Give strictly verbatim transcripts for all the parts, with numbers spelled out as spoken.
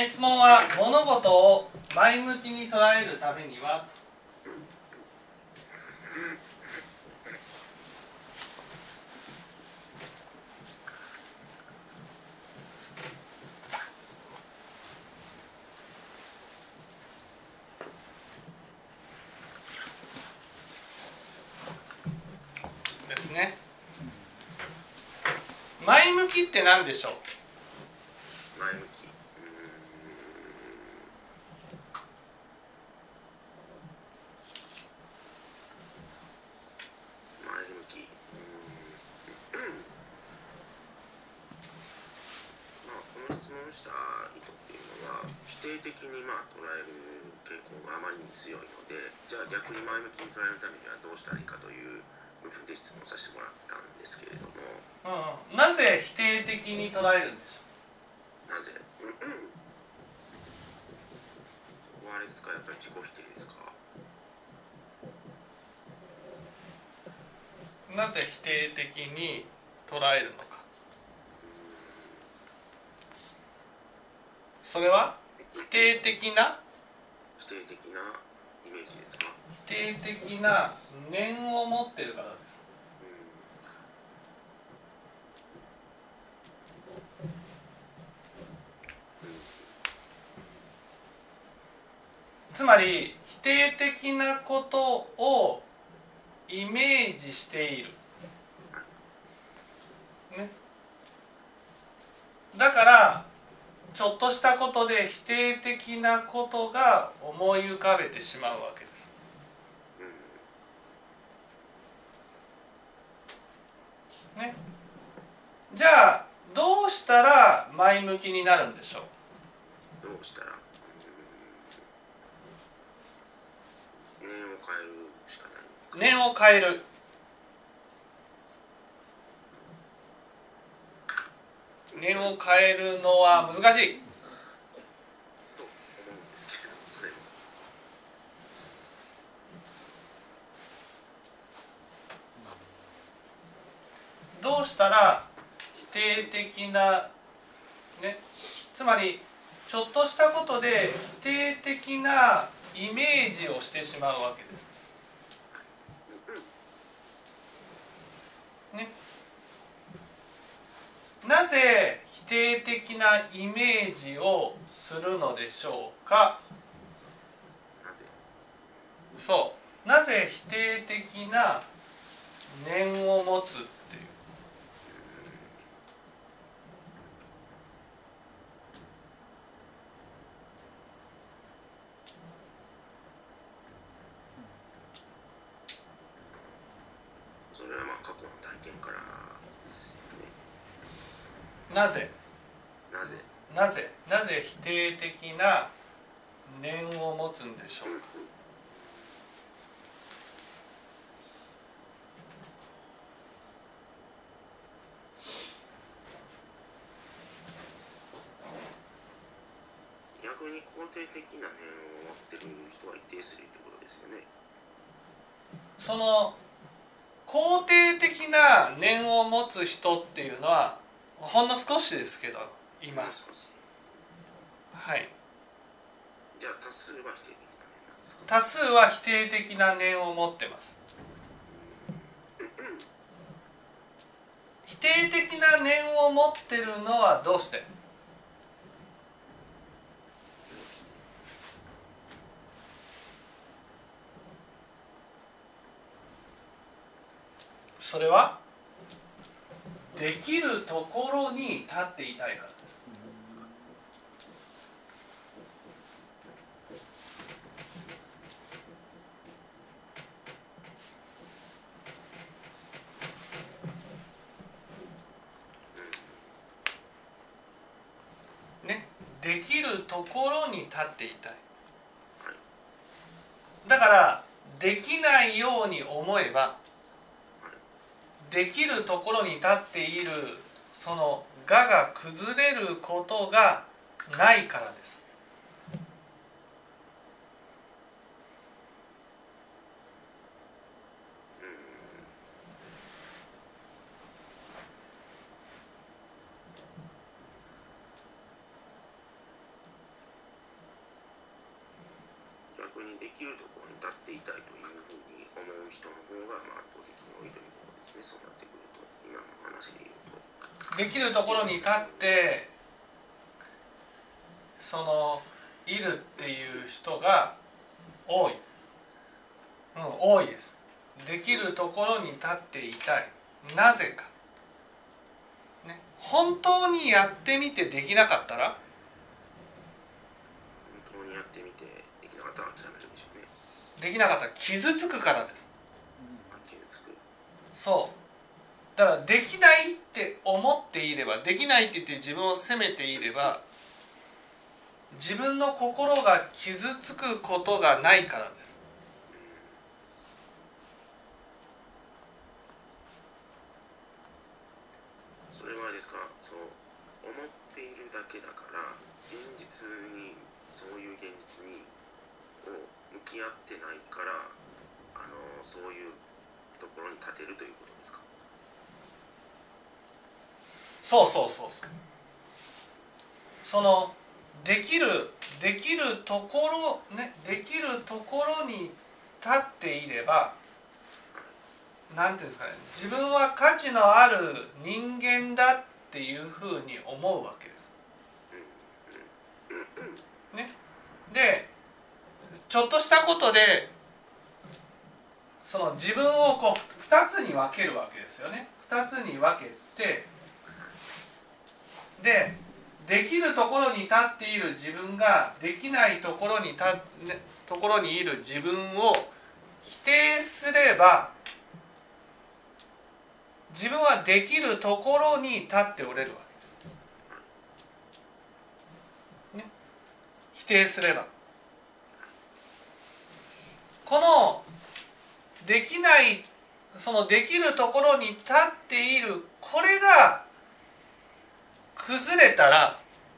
えー、質問は物事を前向きに捉えるためにはですね。前向きって何でしょう？ 前向き、うーん前向き、うーんまあこの質問した意図っていうのは否定的にまあ捉える傾向があまりに強いので、じゃあ逆に前向きに捉えるためにはどうしたらいいかという部分で質問させてもらったんですけれども、 うん、なぜ否定的に捉えるんでしょなぜ、うんうん、そこはあれですか、やっぱり自己否定ですか？ う？なぜ否定的に捉えるのか。それは否定的な否定的なイメージですか？ 否定的な念を持っているからです。つまり否定的なことをイメージしている、ね、だからちょっとしたことで否定的なことが思い浮かべてしまうわけです。ね、じゃあどうしたら前向きになるんでしょう？ どうしたら、うん、念を変えるしかない。 念を変える。念を変えるのは難しいと思うんですけど、それはどうしたら否定的な、ね、つまりちょっとしたことで否定的なイメージをしてしまうわけです。ね、なぜ否定的なイメージをするのでしょうか？ なぜそう、なぜ否定的な念を持つっていう。 それはまあ過去の体験からですよね。 なぜなぜなぜなぜ否定的な念を持つんでしょうか？ 逆に肯定的な念を持ってる人は一定数いるってことですよね。 その肯定的な念を持つ人っていうのはほんの少しですけどいます。はい。 じゃあ多数は否定的な念なんですか？ 多数は否定的な念を持ってます。否定的な念を持ってるのはどうして？それはできるところに立っていたいからです。ね、できるところに立っていたい。だからできないように思えばできるところに立っているその我が崩れることがないからです。 できるところに立っていたいというふうに思う人の方がまあ圧倒的に多いということですね。そうなってくると今の話で言うとできるところに立ってそのいるっていう人が多い、うん、多いです。できるところに立っていたい。なぜか、ね、本当にやってみてできなかったら、 本当にやってみてできなかったら諦めるでしょうね。 できなかったら傷つくからです。 傷つく。 そうだから、できないって思っていれば、できないって言って自分を責めていれば、自分の心が傷つくことがないからです。 それはあれですか、そう思っているだけだから現実にそういう現実にを向き合ってないから、あのそういうところに立てるということですか。 そうそうそうそう。そのできるできるところね、できるところに立っていれば、なんていうんですかね、自分は価値のある人間だっていうふうに思うわけです。ね、でちょっとしたことでその自分をこうふたつに分けるわけですよね。ふたつに分けて、でできるところに立っている自分ができないところに立、ね、ところにいる自分を否定すれば、自分はできるところに立っておれるわけです、ね、否定すれば。このできないそのできるところに立っている、これが崩れたら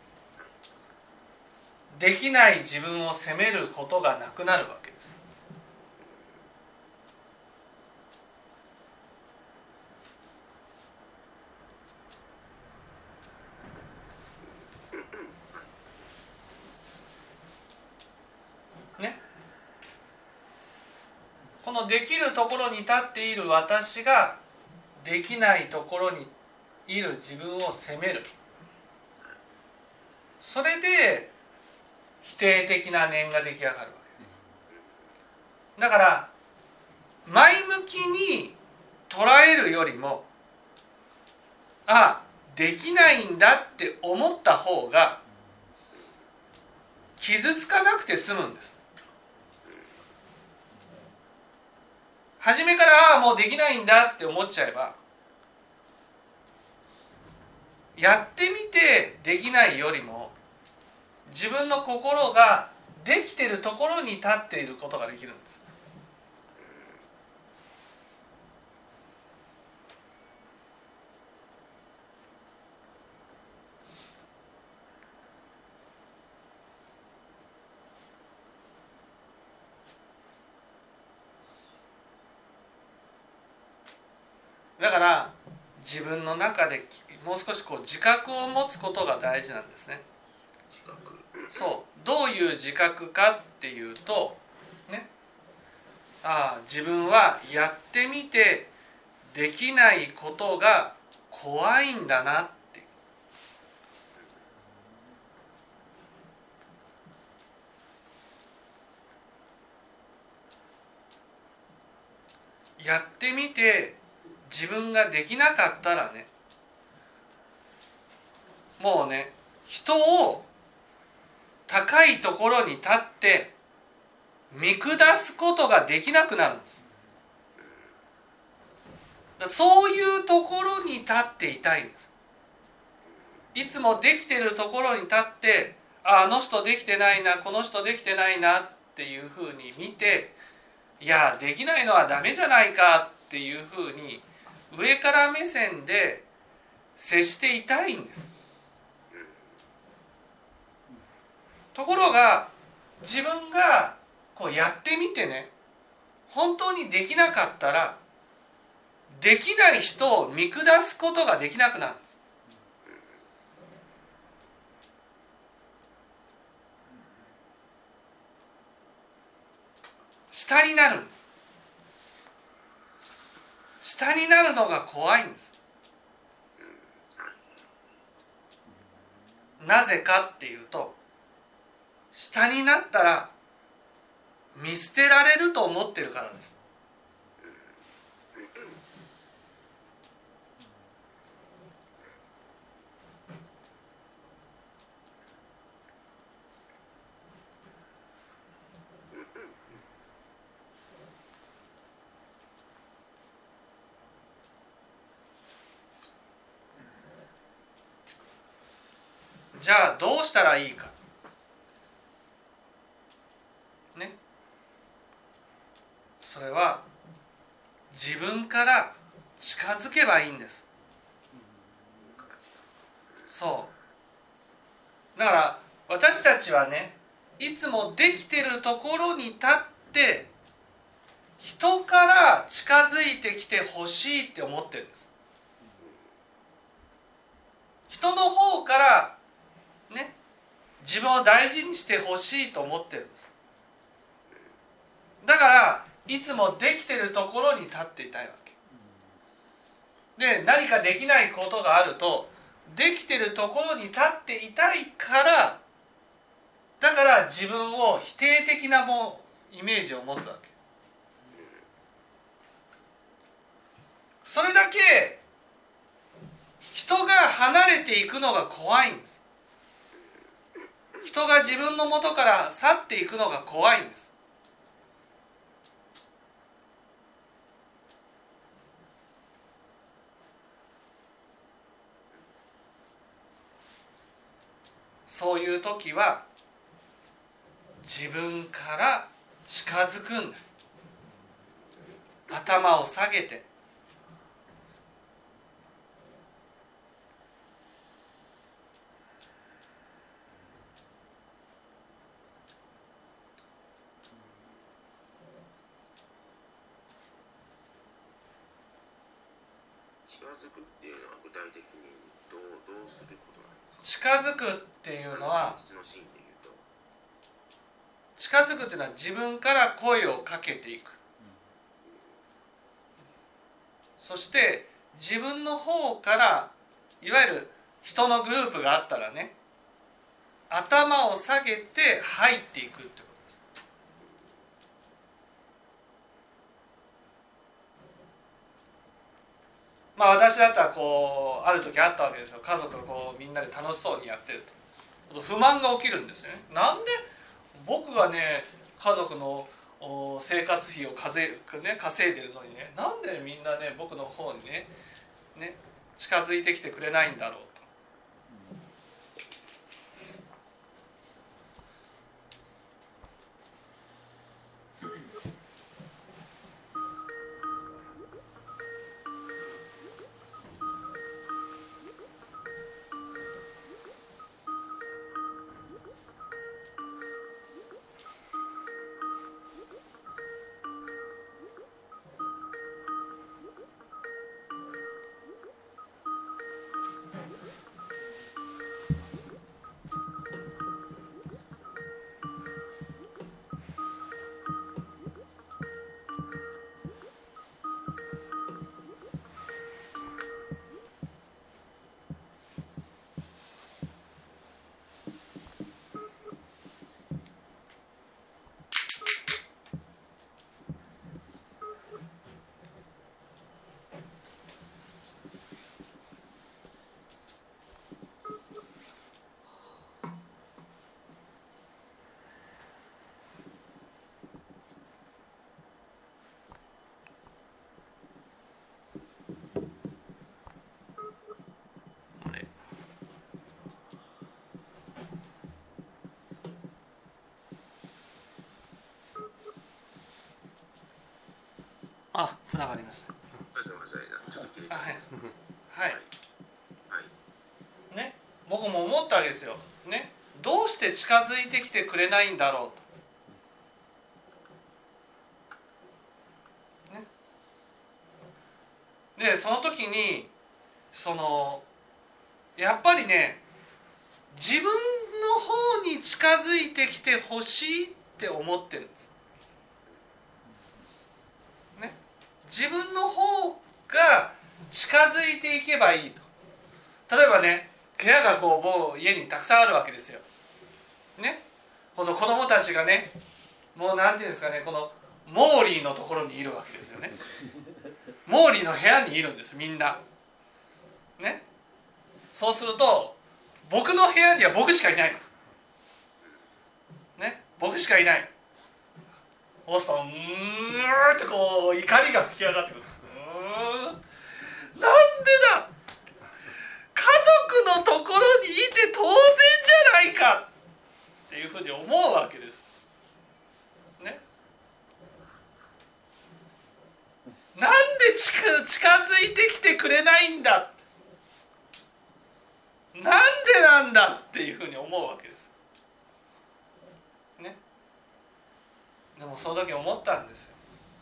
できない自分を責めることがなくなるわけです。ね、このできるところに立っている私ができないところにいる自分を責める。それで否定的な念が出来上がるわけです。だから前向きに捉えるよりも、あ、できないんだって思った方が傷つかなくて済むんです。初めからああもうできないんだって思っちゃえば、やってみてできないよりも自分の心ができているところに立っていることができるんです。だから自分の中でもう少しこう自覚を持つことが大事なんですね。 自覚。 そうどういう自覚かっていうとね、ああ自分はやってみてできないことが怖いんだなって、やってみて自分ができなかったらね、もうね、人を高いところに立って見下すことができなくなるんです。そういうところに立っていたいんです。いつもできてるところに立って、あ、あの人できてないな、この人できてないなっていうふうに見て、いやできないのはダメじゃないかっていうふうに上から目線で接していたいんです。ところが自分がこうやってみてね、本当にできなかったらできない人を見下すことができなくなるんです。 下になるんです。下になるのが怖いんです。なぜかっていうと、下になったら見捨てられると思ってるからです。じゃあどうしたらいいかね。それは自分から近づけばいいんです。そうだから、私たちはね、いつもできてるところに立って人から近づいてきてほしいって思ってるんです。人の方からね、自分を大事にしてほしいと思ってるんです。だからいつもできてるところに立っていたいわけで、何かできないことがあると、できてるところに立っていたいから、だから自分を否定的なもイメージを持つわけ。それだけ人が離れていくのが怖いんです。人が自分の元から去っていくのが怖いんです。そういう時は自分から近づくんです。頭を下げて、 近づくっていうのは具体的にどう、どうすることなんですか？ 近づくっていうのは、 現実のシーンで言うと、 近づくっていうのは自分から声をかけていく。そして自分の方から、いわゆる人のグループがあったらね、頭を下げて入っていくってことです。まあ私だったらこうある時あったわけですよ。家族がこうみんなで楽しそうにやってると不満が起きるんですね。なんで僕がね家族の生活費を稼い、ね、稼いでるのにね、なんでみんなね僕の方にね、ね近づいてきてくれないんだろうと。あ、つながりました。 ちょっと切れちゃいます。 はい。はい。 はい。 ね、僕も思ったわけですよ。ね、どうして近づいてきてくれないんだろうと。ね。で、その時にそのやっぱりね、自分の方に近づいてきてほしいって思ってるんです。 自分の方が近づいていけばいいと。例えばね、部屋がこうもう家にたくさんあるわけですよ。ね、この子供たちがね、もうなんていうんですかね、このモーリーのところにいるわけですよね。モーリーの部屋にいるんです、みんな。ね、そうすると僕の部屋には僕しかいないんです。ね、僕しかいない。そうするとうーんってこう怒りが吹き上がってくるんです。うーん、なんでだ、家族のところにいて当然じゃないかっていうふうに思うわけです。ね、なんで近、近づいてきてくれないんだ、なんでなんだっていうふうに思うわけです。ね、でもその時思ったんですよ。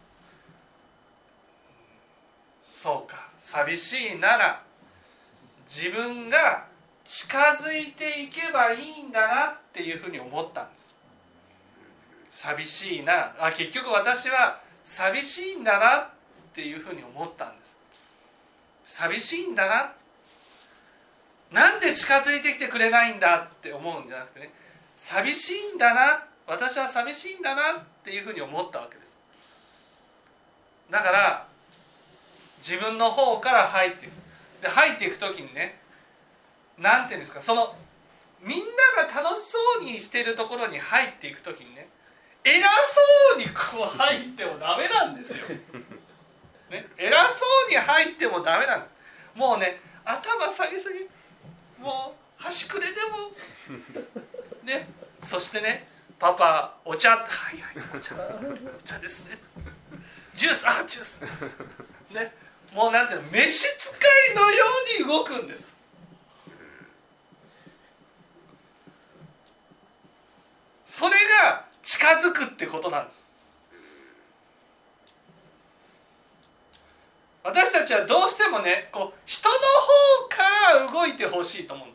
そうか、寂しいなら自分が近づいていけばいいんだなっていうふうに思ったんです。寂しいな、あ、結局私は寂しいんだなっていうふうに思ったんです。寂しいんだな、なんで近づいてきてくれないんだって思うんじゃなくてね、寂しいんだな、私は寂しいんだなっていうふうに思ったわけです。だから自分の方から入っていく。で入っていくときにね、なんていうんですか、そのみんなが楽しそうにしているところに入っていくときにね、偉そうにこう入ってもダメなんですよ。ね、偉そうに入ってもダメなんです。もうね、頭下げすぎ、もう端くれでもね、そしてね、パパお茶、はいはいお茶、お茶ですね、ジュース、あジュースですね、もうなんていうの、召使いのように動くんです。それが近づくってことなんです。私たちはどうしてもね、こう人の方から動いてほしいと思うんです。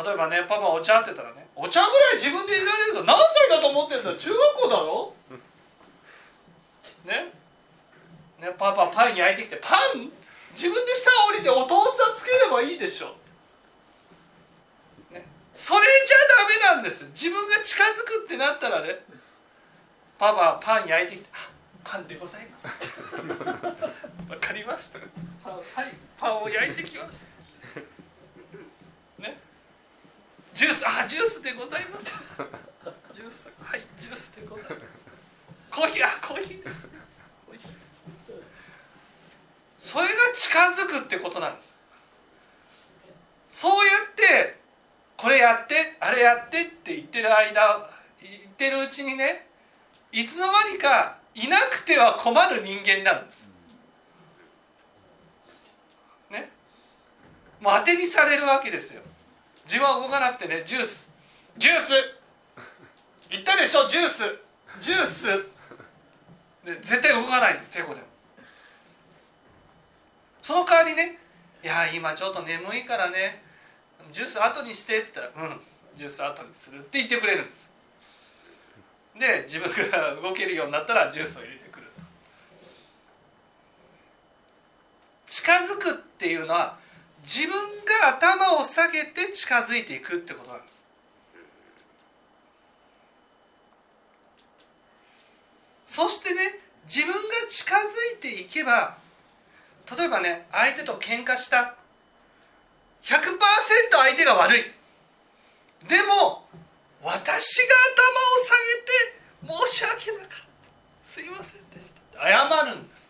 例えばね、パパお茶って言ったらね、お茶ぐらい自分で入れられると何歳だと思ってんだ、中学校だろね、ね、パパパン焼いてきて、パン自分で下降りておトースターつければいいでしょ、ね、それじゃダメなんです。自分が近づくってなったらね、パパパン焼いてきて、パンでございますわかりました、パン、はい、パンを焼いてきましたね、ジュース、あジュースでございますジュース、はいジュースでございます、コーヒー、あコーヒーですね、コーヒー、それが近づくってことなんです。そうやってこれやってあれやってって言ってる間、言ってるうちにね、いつの間にかいなくては困る人間なんです、ね、もう当てにされるわけですよ。自分は動かなくてね、ジュースジュース言ったでしょ、ジュースジュースで絶対動かないんです、抵抗でも。その代わりね、いや今ちょっと眠いからねジュース後にしてって言ったら、うんジュース後にするって言ってくれるんです。で自分が動けるようになったらジュースを入れてくると。近づくっていうのは自分が頭を下げて近づいていくってことなんです。そしてね、自分が近づいていけば、例えばね、相手と喧嘩した、 ひゃくパーセント 相手が悪い、でも私が頭を下げて申し訳なかった、すいませんでした、謝るんです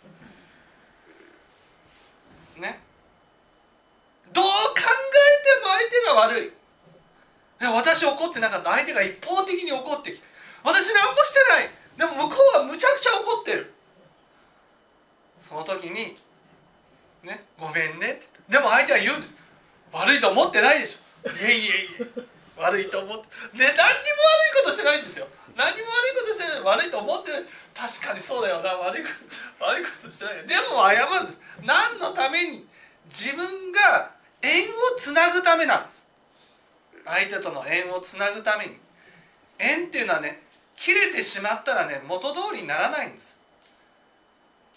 ね。どう考えても相手が悪い、いや私怒ってなかった、相手が一方的に怒ってきて、私何もしてない、でも向こうはむちゃくちゃ怒ってる。その時にね、ごめんねって、でも相手は言うんです、悪いと思ってないでしょ、いえいえいえ悪いと思って、で何にも悪いことしてないんですよ、何にも悪いことしてない、悪いと思ってない、確かにそうだよな、悪いこと悪いことしてない、でも謝るんです。何のために？自分が縁をつなぐためなんです。相手との縁をつなぐために。縁っていうのはね、切れてしまったらね、元通りにならないんです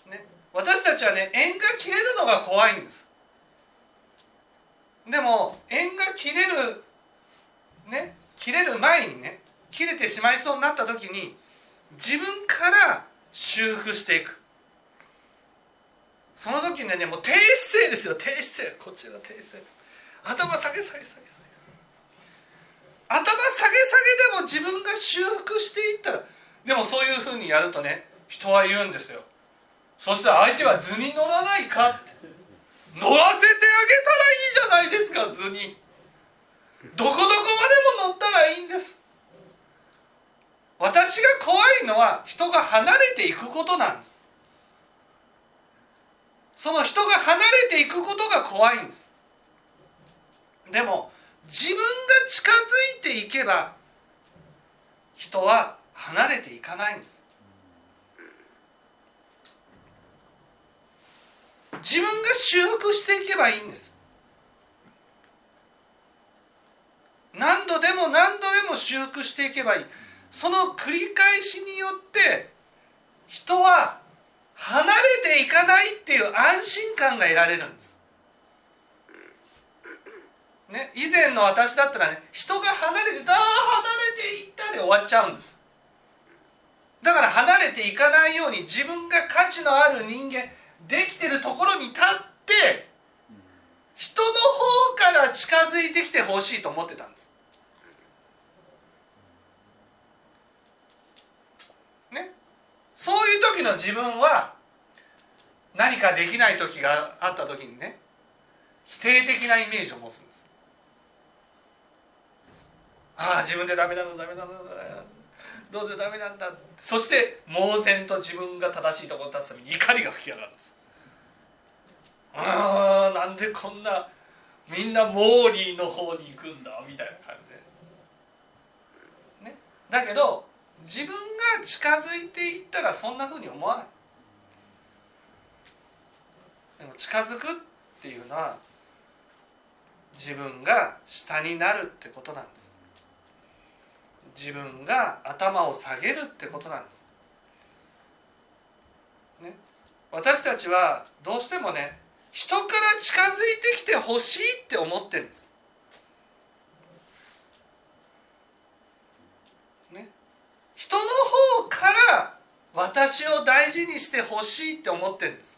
私たちはね、縁が切れるのが怖いんです。でも縁が切れるね、切れる前にね、切れてしまいそうになった時に自分から修復していく。その時にね、もう低姿勢ですよ。低姿勢、こちら低姿勢、頭下げ下げ下げ下げ、頭下げ下げでも自分が修復していったら、でもそういうふうにやるとね、人は言うんですよ。そしたら相手は図に乗らないかって、乗らせてあげたらいいじゃないですか。図にどこどこまでも乗ったらいいんです。私が怖いのは人が離れていくことなんです。その人が離れていくことが怖いんです。でも自分が近づいていけば人は離れていかないんです。自分が修復していけばいいんです。何度でも何度でも修復していけばいい。その繰り返しによって人は離れていかないっていう安心感が得られるんです、ね、以前の私だったらね、人が離れてだー離れていったで終わっちゃうんです。だから離れていかないように自分が価値のある人間できてるところに立って人の方から近づいてきてほしいと思ってたんです、ね、そういう時の自分は何かできない時があった時にね、否定的なイメージを持つんです。ああ自分でダメなんだダメなんだどうせダメなんだ。そして猛然と自分が正しいところに立つために怒りが吹き上がるんです。ああなんでこんなみんなモーリーの方に行くんだみたいな感じで、ね、だけど自分が近づいていったらそんなふうに思わない。でも近づくっていうのは自分が下になるってことなんです。自分が頭を下げるってことなんです、ね、私たちはどうしてもね、人から近づいてきてほしいって思ってるんです、ね、人の方から私を大事にしてほしいって思ってるんです。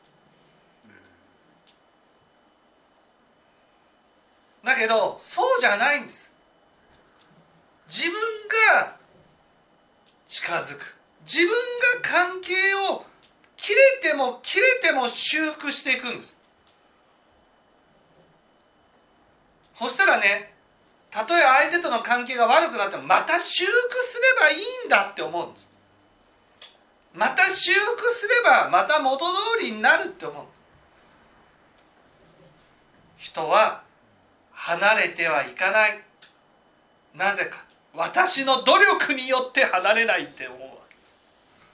だけどそうじゃないんです。自分が近づく、自分が関係を切れても切れても修復していくんです。そしたらね、たとえ相手との関係が悪くなってもまた修復すればいいんだって思うんです。また修復すればまた元通りになるって思う。人は離れてはいかない。なぜか、私の努力によって離れないって思うわけです。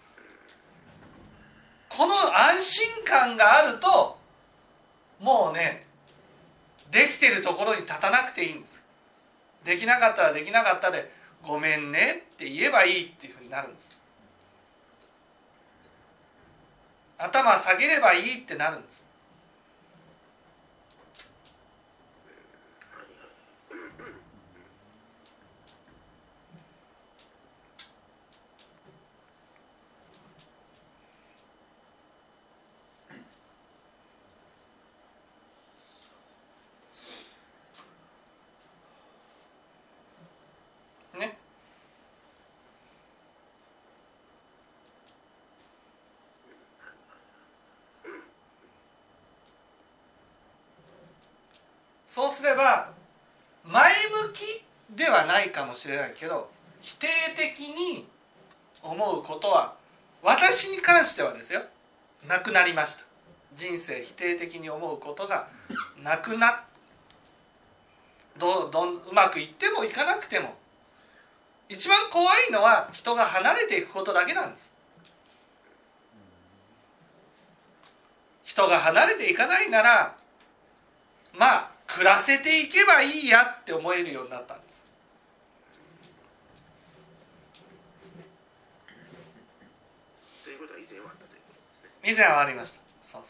この安心感があるともうね、できてるところに立たなくていいんです。できなかったらできなかったでごめんねって言えばいいっていうふうになるんです。頭下げればいいってなるんです。ね。そうすれば前向きではないかもしれないけど否定的に思うことは私に関してはですよ、なくなりました。人生否定的に思うことがなくなっどどうまくいってもいかなくても一番怖いのは人が離れていくことだけなんです。人が離れていかないならまあ暮らせていけばいいやって思えるようになったんです。 ということは以前はあったということですね。 以前はありました。そう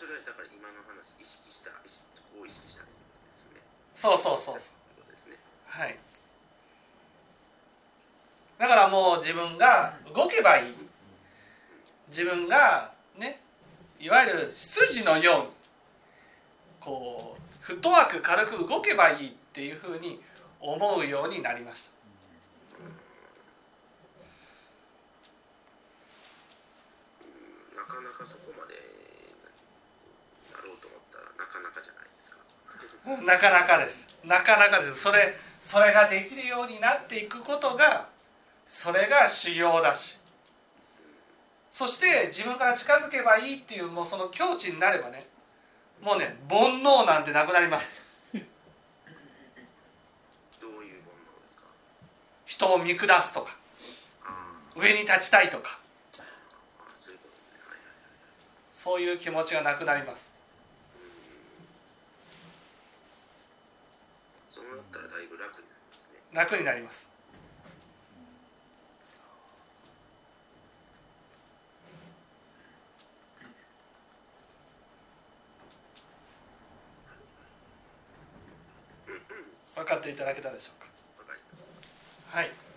れはだから今の話意識した意識こう意識したってことですよね。 そうそうそうそうそうですね。 はい。だからもう自分が動けばいい、自分がね、いわゆる羊のようにこうフットワーク軽く動けばいいっていうふうに思うようになりました。 なかなかそこまでなろうと思ったらなかなかじゃないですか。 なかなかです。なかなかです。それそれができるようになっていくことが、それが修行だし、そして自分から近づけばいいっていうもうその境地になればね、もうね煩悩なんてなくなります。 どういう煩悩ですか？ 人を見下すとか、上に立ちたいとか、 そういうことね。はいはいはい。 そういう気持ちがなくなります。 そうなったらだいぶ楽になりますね。 楽になります。分かっていただけたでしょうか。 わかります。 はい。